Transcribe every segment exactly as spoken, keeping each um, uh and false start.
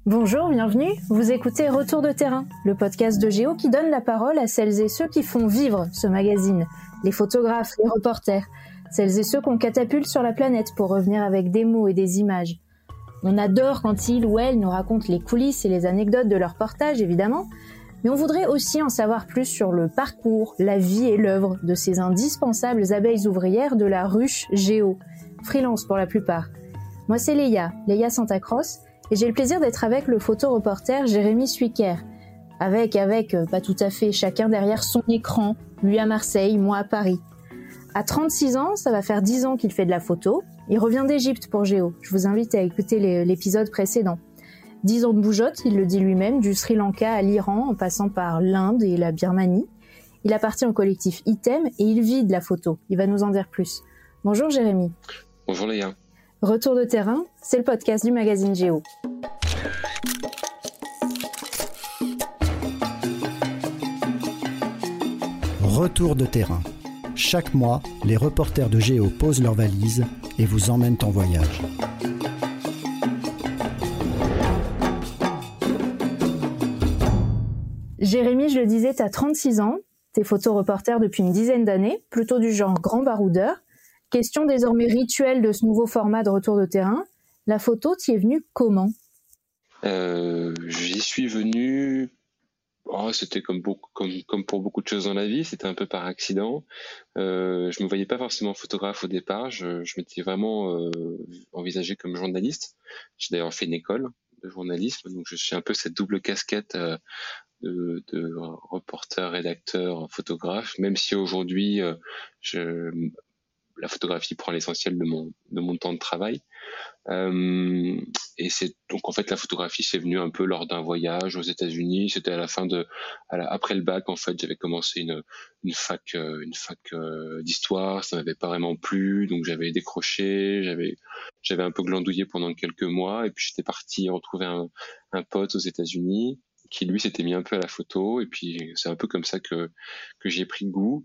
Bonjour, bienvenue. Vous écoutez Retour de terrain, le podcast de Géo qui donne la parole à celles et ceux qui font vivre ce magazine. Les photographes, les reporters, celles et ceux qu'on catapulte sur la planète pour revenir avec des mots et des images. On adore quand ils ou elles nous racontent les coulisses et les anecdotes de leur reportage, évidemment, mais on voudrait aussi en savoir plus sur le parcours, la vie et l'œuvre de ces indispensables abeilles ouvrières de la ruche Géo, freelance pour la plupart. Moi c'est Léa, Léa Santacross, et j'ai le plaisir d'être avec le photoreporter Jérémy Suiker. Avec, avec, euh, pas tout à fait, chacun derrière son écran, lui à Marseille, moi à Paris. À trente-six ans, ça va faire dix ans qu'il fait de la photo. Il revient d'Égypte pour Géo. Je vous invite à écouter les, l'épisode précédent. dix ans de bougeotte, il le dit lui-même, du Sri Lanka à l'Iran, en passant par l'Inde et la Birmanie. Il appartient au collectif Item et il vit de la photo. Il va nous en dire plus. Bonjour Jérémy. Bonjour Léa. Retour de terrain, c'est le podcast du magazine Géo. Retour de terrain. Chaque mois, les reporters de Géo posent leurs valises et vous emmènent en voyage. Jérémy, je le disais, t'as trente-six ans, t'es photoreporter depuis une dizaine d'années, plutôt du genre grand baroudeur. Question désormais rituelle de ce nouveau format de retour de terrain. La photo, t'y est venue comment ? euh, J'y suis venu, oh, c'était comme, beaucoup, comme, comme pour beaucoup de choses dans la vie, c'était un peu par accident. Euh, je me voyais pas forcément photographe au départ, je, je m'étais vraiment euh, envisagé comme journaliste. J'ai d'ailleurs fait une école de journalisme, donc je suis un peu cette double casquette euh, de, de reporter, rédacteur, photographe, même si aujourd'hui euh, je... la photographie prend l'essentiel de mon de mon temps de travail. Euh, et c'est donc en fait la photographie c'est venu un peu lors d'un voyage aux États-Unis. C'était à la fin de à la, après le bac en fait, j'avais commencé une une fac euh, une fac euh, d'histoire, ça m'avait pas vraiment plu, donc j'avais décroché, j'avais j'avais un peu glandouillé pendant quelques mois et puis j'étais parti retrouver un un pote aux États-Unis qui lui s'était mis un peu à la photo et puis c'est un peu comme ça que que j'ai pris goût.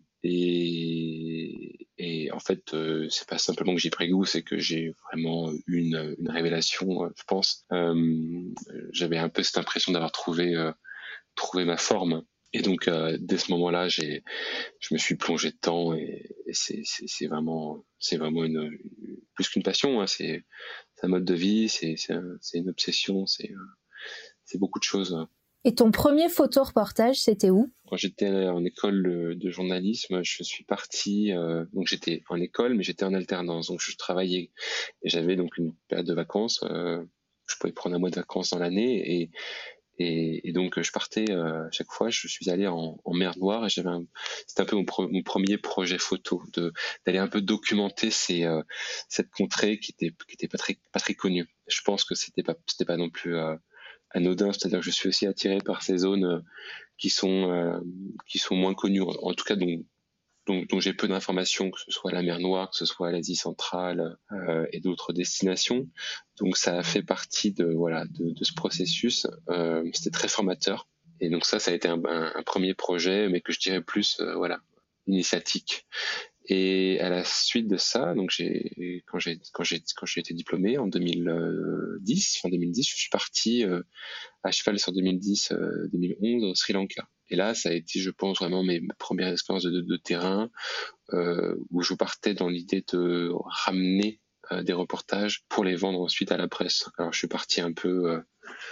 Et, et en fait, euh, c'est pas simplement que j'ai pris goût, c'est que j'ai vraiment eu une, une révélation, euh, je pense. Euh, j'avais un peu cette impression d'avoir trouvé, euh, trouvé ma forme. Et donc, euh, dès ce moment-là, j'ai, je me suis plongé dedans et, et c'est, c'est, c'est vraiment, c'est vraiment une, une plus qu'une passion. Hein, c'est, c'est un mode de vie, c'est, c'est, un, c'est une obsession, c'est, c'est beaucoup de choses. Et ton premier photoreportage, c'était où ? Quand j'étais en école de journalisme, je suis parti, euh, donc j'étais en école, mais j'étais en alternance, donc je travaillais et j'avais donc une période de vacances. Euh, je pouvais prendre un mois de vacances dans l'année et et, et donc je partais euh, à chaque fois. Je suis allé en, en mer Noire et j'avais, un, c'était un peu mon, pro, mon premier projet photo, de d'aller un peu documenter ces euh, cette contrée qui était qui était pas très pas très connue. Je pense que c'était pas c'était pas non plus euh, anodin, c'est-à-dire que je suis aussi attiré par ces zones qui sont euh, qui sont moins connues, en tout cas dont, dont, dont j'ai peu d'informations, que ce soit la mer Noire, que ce soit l'Asie centrale euh, et d'autres destinations. Donc ça a fait partie de voilà de, de ce processus. Euh, c'était très formateur. Et donc ça, ça a été un, un, un premier projet, mais que je dirais plus euh, voilà initiatique. Et à la suite de ça, donc j'ai quand j'ai quand j'ai quand j'ai été diplômé en deux mille dix, fin deux mille dix, je suis parti euh, à cheval sur deux mille dix deux mille onze au Sri Lanka. Et là, ça a été, je pense, vraiment mes premières expériences de, de, de terrain euh, où je partais dans l'idée de ramener euh, des reportages pour les vendre ensuite à la presse. Alors, je suis parti un peu euh,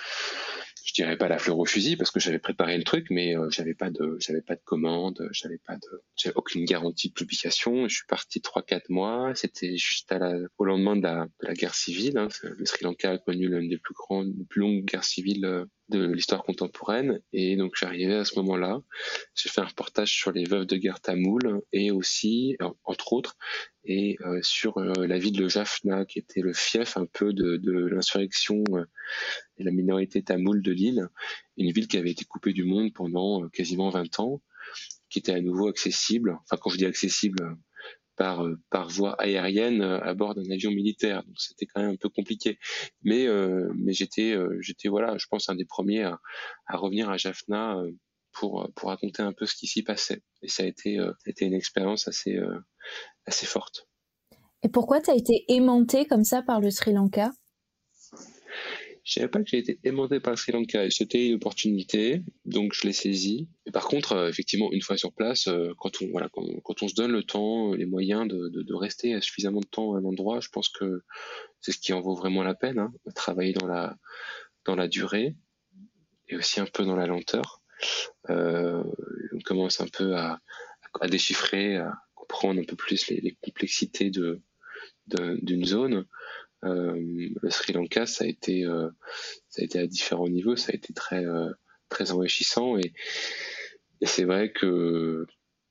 je dirais pas la fleur au fusil parce que j'avais préparé le truc, mais euh, j'avais pas de, j'avais pas de commande, j'avais pas de, j'avais aucune garantie de publication. Je suis parti trois quatre mois. C'était juste à la, au lendemain de la, de la guerre civile. Hein. Le Sri Lanka a connu l'une des plus grandes, des plus longues guerres civiles de l'histoire contemporaine. Et donc j'arrivais à ce moment-là. J'ai fait un reportage sur les veuves de guerre tamoules et aussi, entre autres, et euh, sur euh, la ville de Jaffna, qui était le fief un peu de, de l'insurrection euh, et la minorité tamoule de l'île, une ville qui avait été coupée du monde pendant euh, quasiment vingt ans, qui était à nouveau accessible, enfin quand je dis accessible, euh, par euh, par voie aérienne euh, à bord d'un avion militaire, donc c'était quand même un peu compliqué, mais euh, mais j'étais euh, j'étais voilà, je pense un des premiers à, à revenir à Jaffna euh, pour pour raconter un peu ce qui s'y passait, et ça a été euh, ça a été une expérience assez euh, assez forte. Et pourquoi t'as été aimanté comme ça par le Sri Lanka ? Je dirais pas que j'ai été aimanté par le Sri Lanka. C'était une opportunité, donc je l'ai saisie. Et par contre, euh, effectivement, une fois sur place, euh, quand on voilà, quand, quand on se donne le temps, les moyens de, de, de rester suffisamment de temps à un endroit, je pense que c'est ce qui en vaut vraiment la peine. Hein, travailler dans la dans la durée et aussi un peu dans la lenteur. Euh, on commence un peu à, à déchiffrer, à comprendre un peu plus les, les complexités de, de d'une zone. Euh, le Sri Lanka, ça a été, euh, ça a été à différents niveaux, ça a été très, euh, très enrichissant et, et c'est vrai que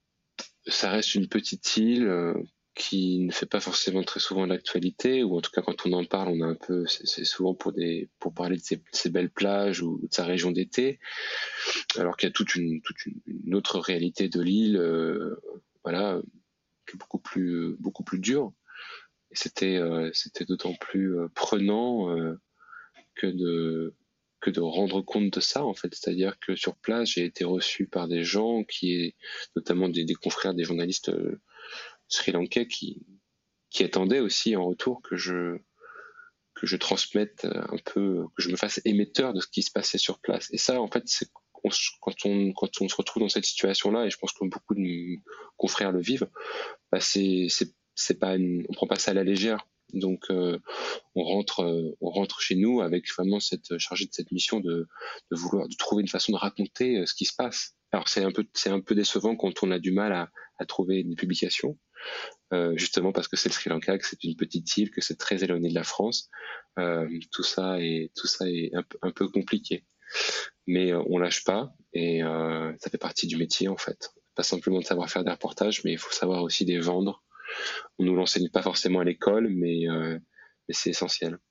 ça reste une petite île euh, qui ne fait pas forcément très souvent l'actualité, ou en tout cas quand on en parle, on a un peu, c'est, c'est souvent pour des, pour parler de ses, ses belles plages ou de sa région d'été, alors qu'il y a toute une, toute une, une autre réalité de l'île, euh, voilà, qui est beaucoup plus, beaucoup plus dure. Et c'était, euh, c'était d'autant plus euh, prenant euh, que de que de rendre compte de ça en fait. C'est-à-dire que sur place, j'ai été reçu par des gens qui, notamment des, des confrères, des journalistes euh, sri-lankais qui qui attendaient aussi en retour que je que je transmette un peu, que je me fasse émetteur de ce qui se passait sur place. Et ça, en fait, c'est on, quand on quand on se retrouve dans cette situation-là, et je pense que beaucoup de confrères le vivent, bah c'est c'est c'est pas une, on prend pas ça à la légère. Donc euh, on rentre euh, on rentre chez nous avec vraiment cette chargé de cette mission de de vouloir de trouver une façon de raconter euh, ce qui se passe. Alors c'est un peu c'est un peu décevant quand on a du mal à à trouver des publications, euh, justement parce que c'est le Sri Lanka, que c'est une petite île, que c'est très éloigné de la France. Euh, tout ça est tout ça est un peu, un peu compliqué. Mais euh, on lâche pas et euh, ça fait partie du métier en fait. Pas simplement de savoir faire des reportages, mais il faut savoir aussi les vendre. On nous l'enseigne pas forcément à l'école, mais, euh, mais c'est essentiel.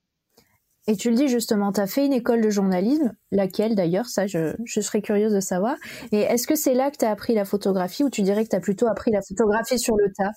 Et tu le dis justement, tu as fait une école de journalisme, laquelle d'ailleurs, ça je, je serais curieuse de savoir. Et est-ce que c'est là que tu as appris la photographie ou tu dirais que tu as plutôt appris la photographie sur le tas ?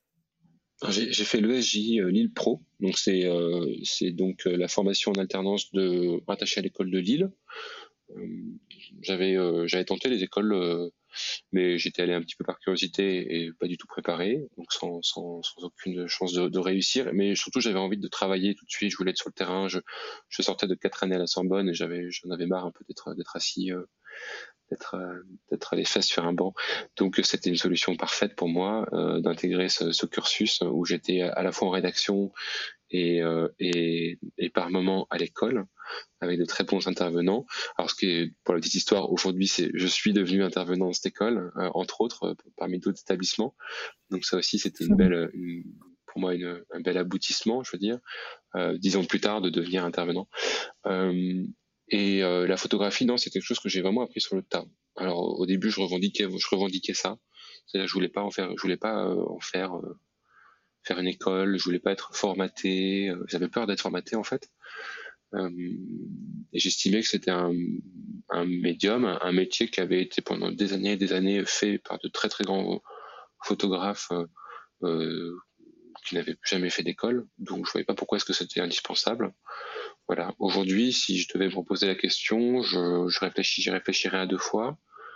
J'ai, j'ai fait l'E S J euh, Lille Pro, donc c'est, euh, c'est donc euh, la formation en alternance de, rattachée à l'école de Lille. Euh, j'avais, euh, j'avais tenté les écoles, euh, mais j'étais allé un petit peu par curiosité et pas du tout préparé, donc sans, sans, sans aucune chance de, de réussir. Mais surtout, j'avais envie de travailler tout de suite. Je voulais être sur le terrain. Je, je sortais de quatre années à la Sorbonne et j'avais, j'en avais marre un peu d'être, d'être assis, euh, d'être, euh, d'être les fesses sur un banc. Donc, c'était une solution parfaite pour moi euh, d'intégrer ce, ce cursus où j'étais à la fois en rédaction et, euh, et, et par moments à l'école, avec de très bons intervenants. Alors, ce qui est, pour la petite histoire, aujourd'hui, c'est, je suis devenu intervenant dans cette école, euh, entre autres, euh, parmi d'autres établissements. Donc, ça aussi, c'était une belle, une, pour moi, une, un bel aboutissement, je veux dire, euh, dix ans plus tard, de devenir intervenant. Euh, et euh, la photographie, non, c'est quelque chose que j'ai vraiment appris sur le tas. Alors, au début, je revendiquais, je revendiquais ça. C'est-à-dire, je voulais pas en faire, je voulais pas euh, en faire, euh, faire une école. Je voulais pas être formaté. Euh, j'avais peur d'être formaté, en fait. Euh, et j'estimais que c'était un, un médium, un, un métier qui avait été pendant des années et des années fait par de très très grands photographes euh, qui n'avaient jamais fait d'école, donc je voyais pas pourquoi est-ce que c'était indispensable. Voilà. Aujourd'hui, si je devais me poser la question, je, je réfléchis, j'y réfléchirais à deux fois,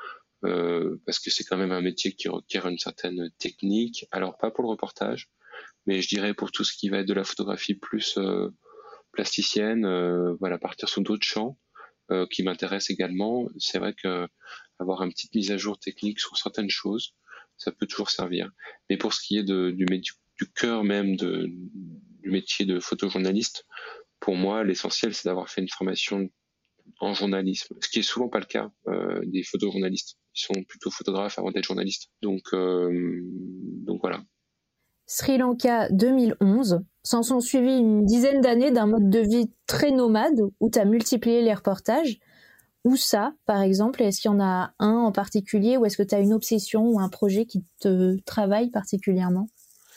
euh, parce que c'est quand même un métier qui requiert une certaine technique. Alors pas pour le reportage, mais je dirais pour tout ce qui va être de la photographie plus euh, plasticienne, euh, voilà, partir sur d'autres champs euh, qui m'intéressent également. C'est vrai que avoir une petite mise à jour technique sur certaines choses, ça peut toujours servir. Mais pour ce qui est de, du, du, du cœur même de, du métier de photojournaliste, pour moi, l'essentiel, c'est d'avoir fait une formation en journalisme, ce qui est souvent pas le cas euh, des photojournalistes. Ils sont plutôt photographes avant d'être journalistes. Donc, euh, donc voilà. Sri Lanka deux mille onze, s'en sont suivis une dizaine d'années d'un mode de vie très nomade où tu as multiplié les reportages. Où ça, par exemple, est-ce qu'il y en a un en particulier ou est-ce que tu as une obsession ou un projet qui te travaille particulièrement ?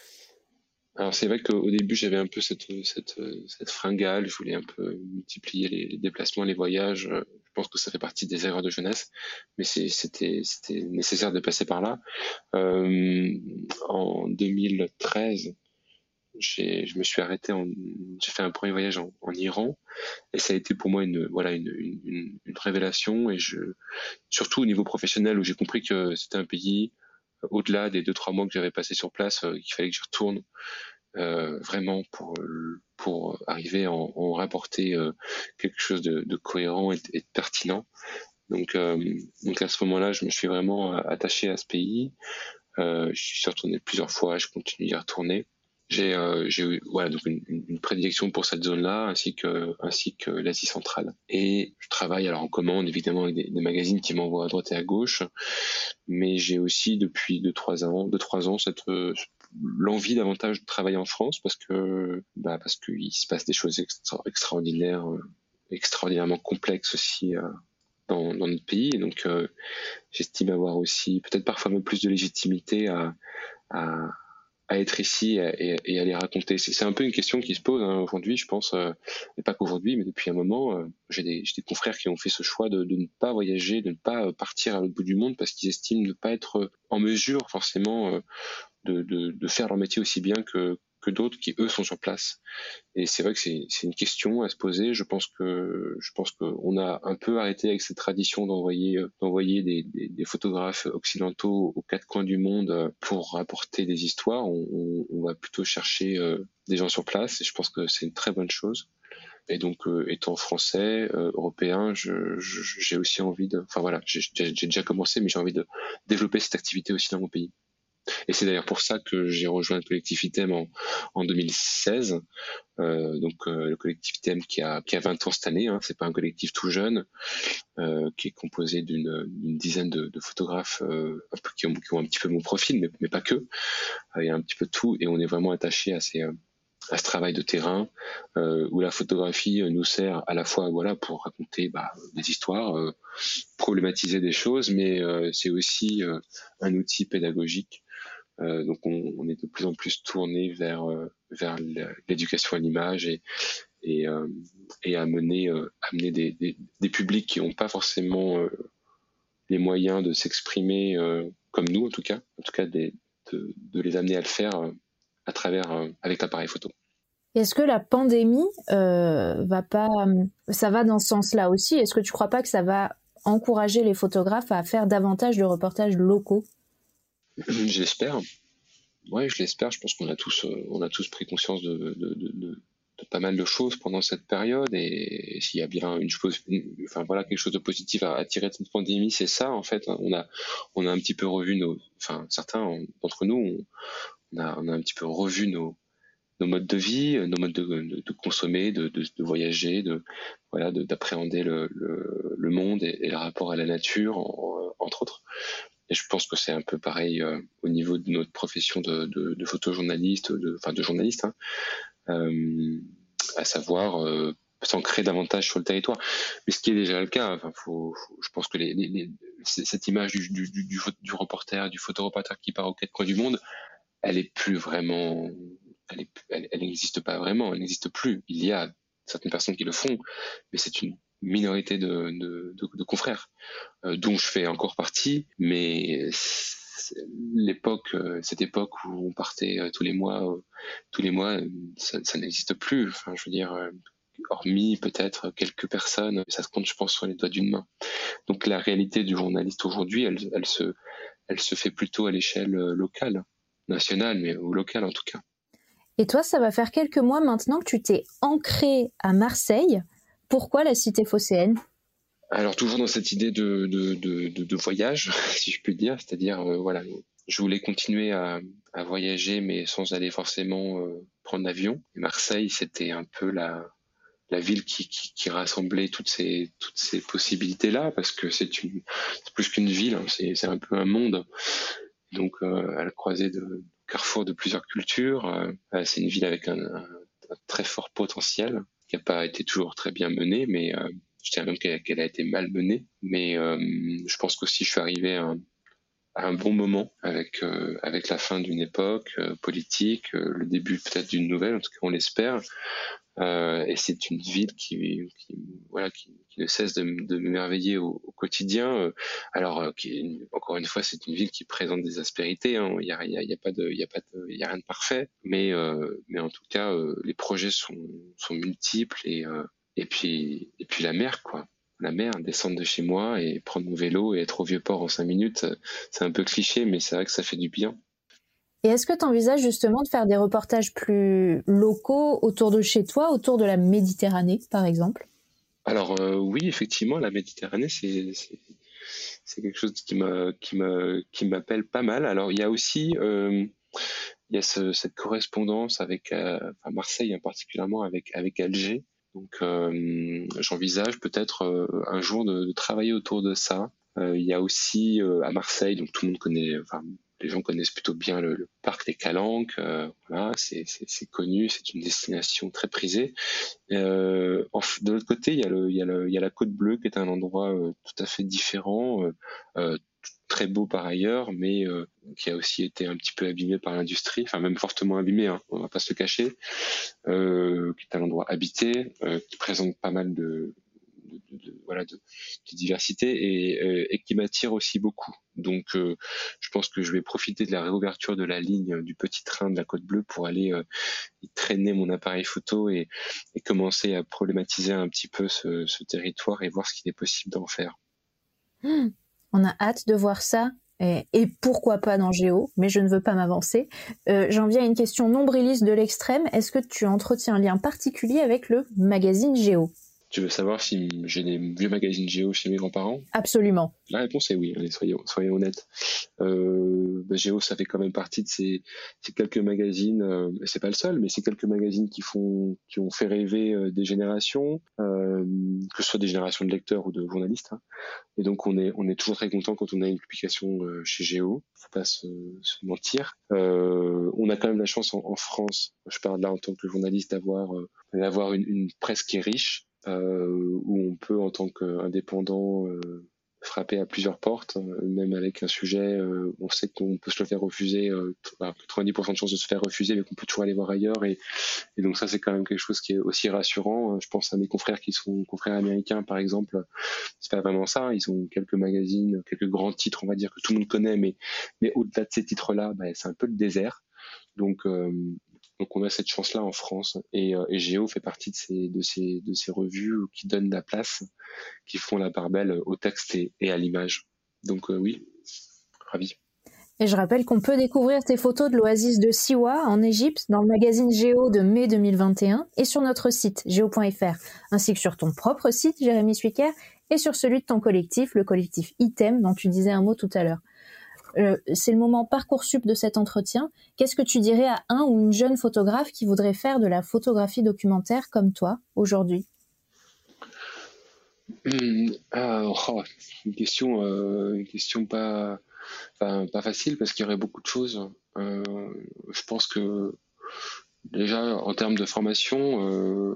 Alors c'est vrai qu'au début j'avais un peu cette, cette, cette fringale, je voulais un peu multiplier les, les déplacements, les voyages. Je pense que ça fait partie des erreurs de jeunesse, mais c'est, c'était, c'était nécessaire de passer par là. Euh, en deux mille treize, j'ai, je me suis arrêté, en, j'ai fait un premier voyage en, en Iran et ça a été pour moi une, voilà, une, une, une révélation, et je, surtout au niveau professionnel où j'ai compris que c'était un pays, au-delà des deux trois mois que j'avais passé sur place, euh, qu'il fallait que j'y retourne. euh, vraiment pour pour arriver à en, en rapporter euh, quelque chose de, de cohérent et, et de pertinent. Donc, euh, donc à ce moment-là, je me suis vraiment attaché à ce pays. Euh, je suis retourné plusieurs fois, je continue d'y retourner. J'ai, euh, j'ai eu voilà, donc une, une prédilection pour cette zone-là, ainsi que, ainsi que l'Asie centrale. Et je travaille alors en commande, évidemment, avec des, des magazines qui m'envoient à droite et à gauche, mais j'ai aussi depuis deux trois ans, deux trois ans, cette l'envie davantage de travailler en France parce que, bah, parce qu'il se passe des choses extra, extraordinaires, euh, extraordinairement complexes aussi. Euh, Dans, dans notre pays, et donc euh, j'estime avoir aussi peut-être parfois même plus de légitimité à, à, à être ici et, et à les raconter. C'est, c'est un peu une question qui se pose hein, aujourd'hui, je pense, euh, et pas qu'aujourd'hui, mais depuis un moment, euh, j'ai, des, j'ai des confrères qui ont fait ce choix de, de ne pas voyager, de ne pas partir à l'autre bout du monde parce qu'ils estiment ne pas être en mesure forcément euh, de, de, de faire leur métier aussi bien que que d'autres qui eux sont sur place. Et c'est vrai que c'est, c'est une question à se poser. Je pense que je pense qu'on a un peu arrêté avec cette tradition d'envoyer d'envoyer des, des, des photographes occidentaux aux quatre coins du monde pour rapporter des histoires. On, on, on va plutôt chercher euh, des gens sur place et je pense que c'est une très bonne chose. Et donc, euh, étant français, euh, européen, je, je, j'ai aussi envie de, enfin voilà, j'ai, j'ai déjà commencé, mais j'ai envie de développer cette activité aussi dans mon pays. Et c'est d'ailleurs pour ça que j'ai rejoint le collectif Item en, en deux mille seize. Euh, donc euh, le collectif Item qui a, qui a vingt ans cette année, hein, c'est pas un collectif tout jeune, euh, qui est composé d'une, d'une dizaine de, de photographes euh, un peu, qui, ont, qui ont un petit peu mon profil, mais, mais pas que. Il y a un petit peu de tout et on est vraiment attaché à ces... à ce travail de terrain euh, où la photographie nous sert à la fois voilà pour raconter bah, des histoires, euh, problématiser des choses, mais euh, c'est aussi euh, un outil pédagogique. Euh, donc on, on est de plus en plus tourné vers euh, vers l'éducation à l'image et et, euh, et amener euh, amener des, des, des publics qui n'ont pas forcément euh, les moyens de s'exprimer euh, comme nous en tout cas, en tout cas des, de, de les amener à le faire euh, à travers euh, avec l'appareil photo. Est-ce que la pandémie euh, va pas, ça va dans ce sens-là aussi? Est-ce que tu crois pas que ça va encourager les photographes à faire davantage de reportages locaux? Je l'espère. Ouais, je l'espère. Je pense qu'on a tous, euh, on a tous pris conscience de, de, de, de, de pas mal de choses pendant cette période. Et, et s'il y a bien une chose, une, enfin voilà, quelque chose de positif à, à tirer de cette pandémie, c'est ça en fait. On a, on a un petit peu revu nos, enfin certains d'entre nous, on, on a, on a un petit peu revu nos nos modes de vie, nos modes de, de, de consommer, de, de, de voyager, de voilà, de, d'appréhender le, le, le monde et, et le rapport à la nature, en, entre autres. Et je pense que c'est un peu pareil euh, au niveau de notre profession de, de, de photojournaliste, de, enfin de journaliste, hein, euh, à savoir euh, s'ancrer davantage sur le territoire. Mais ce qui est déjà le cas, enfin, faut, faut, je pense que les, les, les, cette image du, du, du, du, du reporter, du photoreporter qui part aux quatre coins du monde, elle est plus vraiment, elle, est, elle, elle n'existe pas vraiment, elle n'existe plus. Il y a certaines personnes qui le font, mais c'est une minorité de, de, de, de confrères, euh, dont je fais encore partie, mais l'époque, cette époque où on partait tous les mois, tous les mois, ça, ça n'existe plus. Enfin, je veux dire, hormis peut-être quelques personnes, ça se compte, je pense, sur les doigts d'une main. Donc la réalité du journaliste aujourd'hui, elle, elle se, elle se fait plutôt à l'échelle locale, nationale, mais ou locale en tout cas. Et toi, ça va faire quelques mois maintenant que tu t'es ancré à Marseille. Pourquoi la cité phocéenne ? Alors toujours dans cette idée de, de, de, de, de voyage, si je puis dire, c'est-à-dire euh, voilà, je voulais continuer à, à voyager, mais sans aller forcément euh, prendre l'avion. Et Marseille, c'était un peu la, la ville qui, qui, qui rassemblait toutes ces, toutes ces possibilités-là, parce que c'est, une, c'est plus qu'une ville, hein, c'est, c'est un peu un monde. Donc euh, à la croisée de carrefour de plusieurs cultures, euh, c'est une ville avec un, un, un très fort potentiel, qui n'a pas été toujours très bien mené, mais euh, je dirais même qu'elle, qu'elle a été mal menée. Mais euh, je pense qu'aussi je suis arrivé à un, à un bon moment avec euh, avec la fin d'une époque euh, politique, euh, le début peut-être d'une nouvelle, en tout cas on l'espère. Euh, et c'est une ville qui, qui voilà, qui, qui ne cesse de, de m'émerveiller au, au quotidien. Alors, euh, qui, encore une fois, c'est une ville qui présente des aspérités. Hein. Il y a, il y a, il y a pas de, il y a pas de, il y a rien de parfait. Mais, euh, mais en tout cas, euh, les projets sont, sont multiples et, euh, et puis, et puis la mer, quoi. La mer, descendre de chez moi et prendre mon vélo et être au Vieux-Port en cinq minutes, c'est un peu cliché, mais c'est vrai que ça fait du bien. Et est-ce que tu envisages justement de faire des reportages plus locaux autour de chez toi, autour de la Méditerranée, par exemple ? Alors euh, oui, effectivement, la Méditerranée, c'est, c'est, c'est quelque chose qui m'a, qui m'a, qui m'appelle pas mal. Alors il y a aussi, euh, il y a ce, cette correspondance avec, euh, enfin Marseille hein, particulièrement avec avec Alger. Donc euh, j'envisage peut-être euh, un jour de, de travailler autour de ça. Euh, il y a aussi euh, à Marseille, donc tout le monde connaît, enfin les gens connaissent plutôt bien le, le parc des Calanques. Euh, voilà, c'est, c'est, c'est connu, c'est une destination très prisée. Euh, en, de l'autre côté, il y a le, il y a le, il y a la Côte Bleue qui est un endroit euh, tout à fait différent, euh, euh, très beau par ailleurs, mais euh, qui a aussi été un petit peu abîmé par l'industrie, enfin même fortement abîmé, hein, on va pas se le cacher, euh, qui est un endroit habité, euh, qui présente pas mal de, de, de, de voilà de, de diversité et, euh, et qui m'attire aussi beaucoup. Donc, euh, je pense que je vais profiter de la réouverture de la ligne du petit train de la Côte Bleue pour aller euh, y traîner mon appareil photo et, et commencer à problématiser un petit peu ce, ce territoire et voir ce qu'il est possible d'en faire. Mmh. On a hâte de voir ça, et, et pourquoi pas dans Géo, mais je ne veux pas m'avancer. Euh, j'en viens à une question nombriliste de l'extrême. Est-ce que tu entretiens un lien particulier avec le magazine Géo ? Tu veux savoir si j'ai des vieux magazines Géo chez mes grands-parents ? Absolument. La réponse est oui, allez, soyons, soyons honnêtes. Euh, bah, Géo, ça fait quand même partie de ces, ces quelques magazines, euh, c'est pas le seul, mais c'est quelques magazines qui font, qui ont fait rêver euh, des générations, euh, que ce soit des générations de lecteurs ou de journalistes. Hein. Et donc on est, on est toujours très content quand on a une publication euh, chez Géo. Faut pas se, se mentir. Euh, on a quand même la chance en, en France, je parle là en tant que journaliste, d'avoir, euh, d'avoir une, une presse qui est riche. Euh, où on peut en tant qu'indépendant euh, frapper à plusieurs portes, euh, même avec un sujet, euh, on sait qu'on peut se le faire refuser, euh, quatre-vingt-dix pour cent de chances de se faire refuser, mais qu'on peut toujours aller voir ailleurs, et, et donc ça c'est quand même quelque chose qui est aussi rassurant. Je pense à mes confrères qui sont confrères américains par exemple, c'est pas vraiment ça, ils ont quelques magazines, quelques grands titres on va dire que tout le monde connaît, mais, mais au-delà de ces titres-là, bah, c'est un peu le désert, donc euh, Donc on a cette chance-là en France et, euh, et Géo fait partie de ces, de ces, de ces revues qui donnent la place, qui font la part belle au texte et, et à l'image. Donc euh, oui, ravi. Et je rappelle qu'on peut découvrir tes photos de l'oasis de Siwa en Égypte dans le magazine Géo de mai deux mille vingt et un et sur notre site géo point f r, ainsi que sur ton propre site Jérémy Swicker et sur celui de ton collectif, le collectif Item dont tu disais un mot tout à l'heure. Euh, c'est le moment Parcoursup de cet entretien. Qu'est-ce que tu dirais à un ou une jeune photographe qui voudrait faire de la photographie documentaire comme toi aujourd'hui ? Mmh, ah, oh, une question, euh, une question pas, pas, pas facile parce qu'il y aurait beaucoup de choses. Euh, je pense que déjà en termes de formation, euh,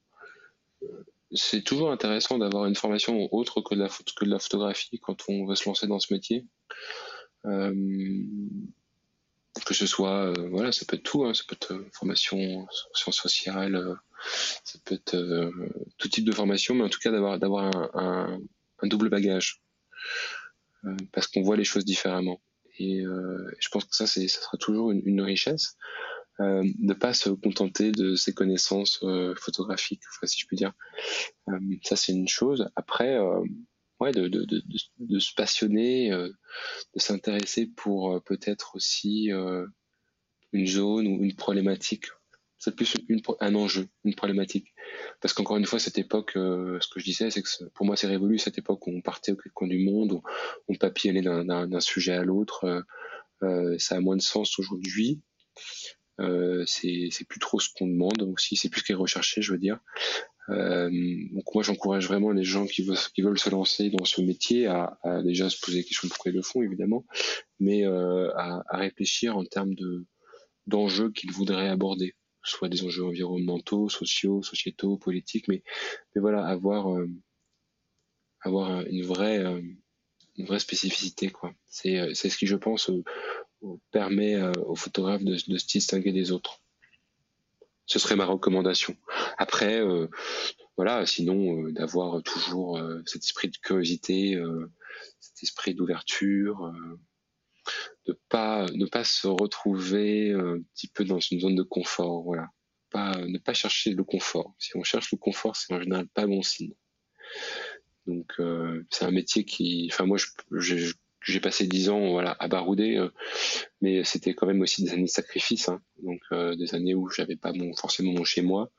c'est toujours intéressant d'avoir une formation autre que de la, que de la photographie quand on veut se lancer dans ce métier. Euh, que ce soit, euh, voilà, ça peut être tout, hein, ça peut être euh, formation, sciences sociales, euh, ça peut être euh, tout type de formation, mais en tout cas d'avoir, d'avoir un, un, un double bagage, euh, parce qu'on voit les choses différemment. Et euh, je pense que ça, c'est, ça sera toujours une, une richesse, euh, ne pas se contenter de ses connaissances euh, photographiques, enfin, si je puis dire. Euh, ça, c'est une chose. Après, euh, ouais, de, de, de, de, de se passionner, euh, de s'intéresser pour euh, peut-être aussi euh, une zone ou une problématique. C'est plus une, un enjeu, une problématique. Parce qu'encore une fois, cette époque, euh, ce que je disais, c'est que pour moi, c'est révolu, cette époque où on partait au coin du monde, où on papillonnait d'un, d'un, d'un sujet à l'autre. Euh, ça a moins de sens aujourd'hui. Euh, c'est, c'est plus trop ce qu'on demande aussi, c'est plus ce qui est recherché, je veux dire. Euh, donc moi j'encourage vraiment les gens qui veulent, qui veulent se lancer dans ce métier à, à déjà se poser la question de pourquoi ils le font évidemment, mais euh, à, à réfléchir en termes de, d'enjeux qu'ils voudraient aborder, soit des enjeux environnementaux, sociaux, sociétaux, politiques, mais, mais voilà, avoir, euh, avoir une vraie, euh, une vraie spécificité, quoi. C'est, c'est ce qui je pense euh, permet euh, aux photographes de, de se distinguer des autres. Ce serait ma recommandation. Après, euh, voilà, sinon euh, d'avoir toujours euh, cet esprit de curiosité, euh, cet esprit d'ouverture, euh, de pas ne pas se retrouver un petit peu dans une zone de confort, voilà. Pas ne pas chercher le confort. Si on cherche le confort, c'est en général pas bon signe. Donc euh, c'est un métier qui, enfin moi je, je j'ai passé dix ans voilà, à barouder, euh, mais c'était quand même aussi des années de sacrifice, hein, donc euh, des années où j'avais pas mon, forcément mon chez moi.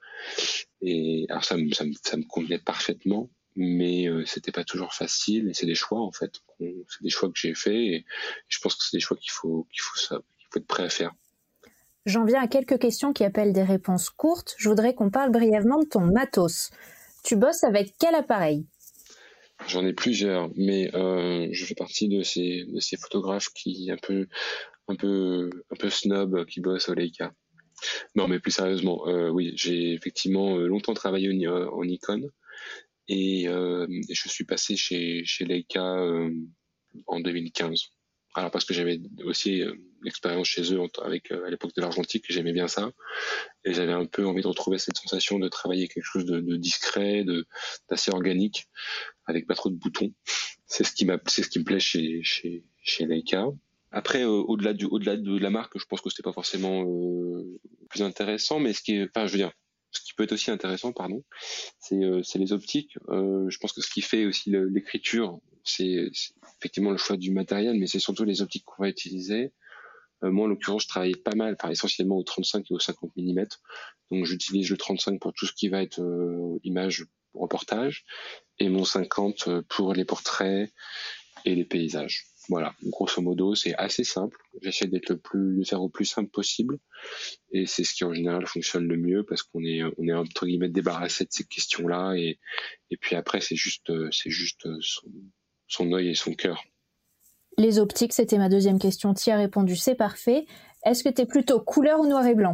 Et alors ça me, ça me, ça me convenait parfaitement, mais euh, c'était pas toujours facile. Et c'est des choix en fait, c'est des choix que j'ai faits. Et je pense que c'est des choix qu'il faut, qu'il faut, ça, qu'il faut être prêt à faire. J'en viens à quelques questions qui appellent des réponses courtes. Je voudrais qu'on parle brièvement de ton matos. Tu bosses avec quel appareil ? J'en ai plusieurs, mais euh, je fais partie de ces, de ces photographes qui un peu, un peu, un peu snob, qui bossent au Leica. Non, mais plus sérieusement, euh, oui, j'ai effectivement longtemps travaillé en, en Nikon et, euh, et je suis passé chez, chez Leica euh, en deux mille quinze. Alors parce que j'avais aussi euh, l'expérience chez eux avec euh, à l'époque de l'argentique, j'aimais bien ça et j'avais un peu envie de retrouver cette sensation de travailler quelque chose de, de discret, de d'assez organique, avec pas trop de boutons. C'est ce qui m'a, c'est ce qui me plaît chez chez chez Leica. Après, euh, au-delà du, au-delà de la marque, je pense que c'était pas forcément euh, plus intéressant, mais ce qui est, enfin, je veux dire, ce qui peut être aussi intéressant, pardon, c'est, euh, c'est les optiques. Euh, je pense que ce qui fait aussi le, l'écriture, c'est, c'est effectivement le choix du matériel, mais c'est surtout les optiques qu'on va utiliser. Euh, moi, en l'occurrence, je travaille pas mal, enfin, essentiellement au trente-cinq et au cinquante millimètres. Donc, j'utilise le trente-cinq pour tout ce qui va être euh, image, reportage, et mon cinquante pour les portraits et les paysages. Voilà, grosso modo, c'est assez simple. J'essaie d'être le plus, de faire au plus simple possible, et c'est ce qui en général fonctionne le mieux parce qu'on est, on est entre guillemets débarrassé de ces questions-là, et et puis après c'est juste, c'est juste son, son œil et son cœur. Les optiques, c'était ma deuxième question. Tu y as répondu, c'est parfait. Est-ce que tu es plutôt couleur ou noir et blanc ?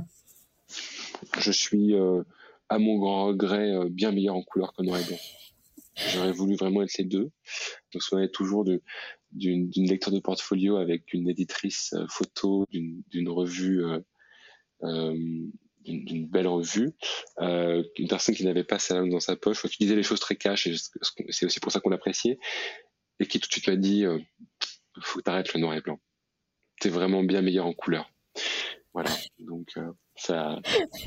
Je suis, euh, à mon grand regret, euh, bien meilleur en couleur qu'en noir et blanc. J'aurais voulu vraiment être les deux. Donc, on est toujours de D'une, d'une lecture de portfolio avec une éditrice euh, photo d'une, d'une revue, euh, euh, d'une, d'une belle revue, euh, une personne qui n'avait pas sa langue dans sa poche, qui disait les choses très cash, et c'est aussi pour ça qu'on l'appréciait, et qui tout de suite m'a dit euh, faut que t'arrêtes le noir et blanc. T'es vraiment bien meilleur en couleur. Voilà, donc euh, ça.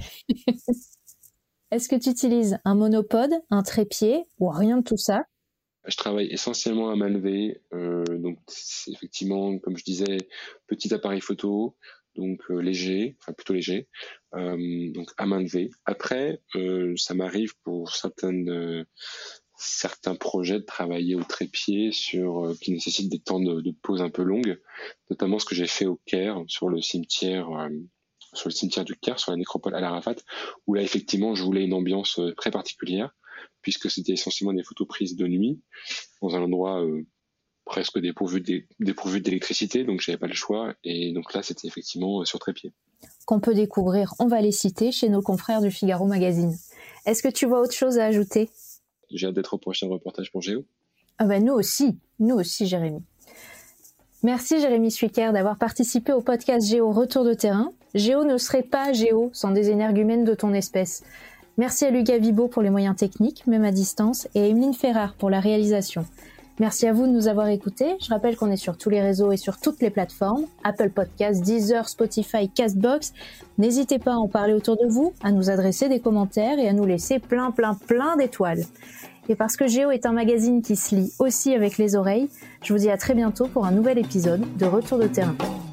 Est-ce que tu utilises un monopode, un trépied ou rien de tout ça ? Je travaille essentiellement à main levée, euh, donc c'est effectivement, comme je disais, petit appareil photo, donc euh, léger, enfin plutôt léger, euh, donc à main levée. Après, euh, ça m'arrive pour certaines, euh, certains projets de travailler au trépied sur euh, qui nécessitent des temps de, de pause un peu longues, notamment ce que j'ai fait au Caire sur le cimetière. Euh, sur le cimetière du Caire, sur la nécropole Al Arafat, où là effectivement je voulais une ambiance euh, très particulière, puisque c'était essentiellement des photos prises de nuit, dans un endroit euh, presque dépourvu, d'é- dépourvu d'électricité, donc j'avais pas le choix, et donc là c'était effectivement euh, sur trépied. Qu'on peut découvrir, on va les citer, chez nos confrères du Figaro Magazine. Est-ce que tu vois autre chose à ajouter ? J'ai hâte d'être au prochain reportage pour Géo. Ah ben nous aussi, nous aussi Jérémy. Merci Jérémy Suiker d'avoir participé au podcast Géo Retour de terrain. Géo ne serait pas Géo sans des énergumènes de ton espèce. Merci à Lucas Vibo pour les moyens techniques, même à distance, et à Emeline Ferrard pour la réalisation. Merci à vous de nous avoir écoutés. Je rappelle qu'on est sur tous les réseaux et sur toutes les plateformes, Apple Podcasts, Deezer, Spotify, Castbox. N'hésitez pas à en parler autour de vous, à nous adresser des commentaires et à nous laisser plein, plein, plein d'étoiles. Et parce que Géo est un magazine qui se lit aussi avec les oreilles, je vous dis à très bientôt pour un nouvel épisode de Retour de terrain.